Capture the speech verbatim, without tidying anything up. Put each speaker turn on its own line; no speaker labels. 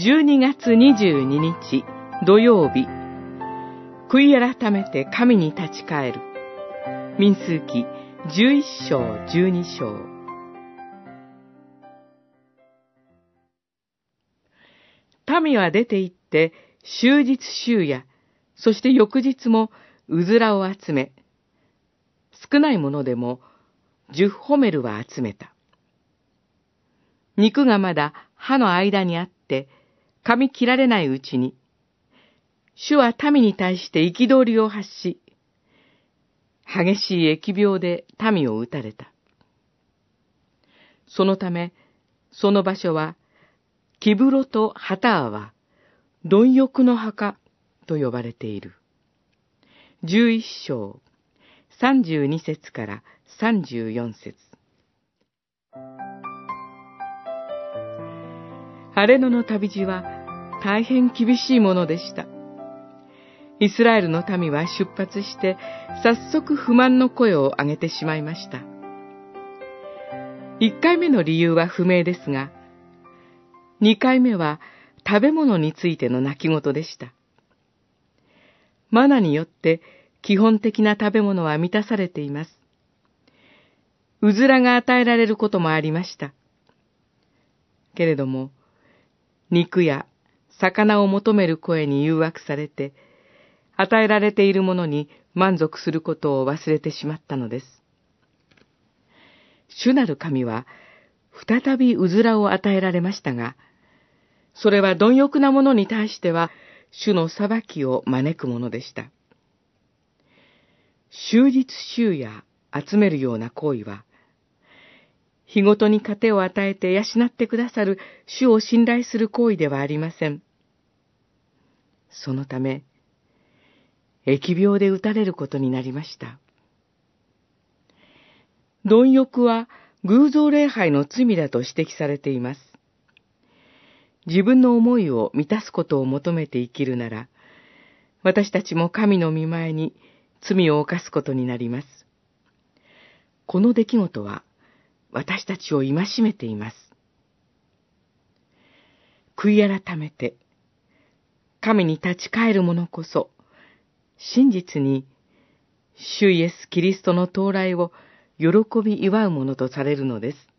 じゅうにがつにじゅうににち土曜日、悔い改めて神に立ち返る。民数記じゅういっしょうじゅうにしょう。民は出て行って終日終夜、そして翌日もうずらを集め、少ないものでも十ホメルは集めた。肉がまだ歯の間にあって噛み切られないうちに、主は民に対して憤りを発し、激しい疫病で民を打たれた。そのため、その場所は、キブロとハタアは、貪欲の墓と呼ばれている。じゅういっしょう、さんじゅうにせつからさんじゅうよんせつ。荒れ野の旅路は大変厳しいものでした。イスラエルの民は出発して、早速不満の声を上げてしまいました。一回目の理由は不明ですが、二回目は食べ物についての泣き言でした。マナによって基本的な食べ物は満たされています。うずらが与えられることもありました。けれども、肉や魚を求める声に誘惑されて、与えられているものに満足することを忘れてしまったのです。主なる神は、再びうずらを与えられましたが、それは貪欲なものに対しては、主の裁きを招くものでした。終日終夜集めるような行為は、日ごとに糧を与えて養ってくださる主を信頼する行為ではありません。そのため、疫病で打たれることになりました。貪欲は偶像礼拝の罪だと指摘されています。自分の思いを満たすことを求めて生きるなら、私たちも神の御前に罪を犯すことになります。この出来事は私たちを戒めています。悔い改めて、神に立ち返る者こそ、真実に主イエス・キリストの到来を喜び祝うものとされるのです。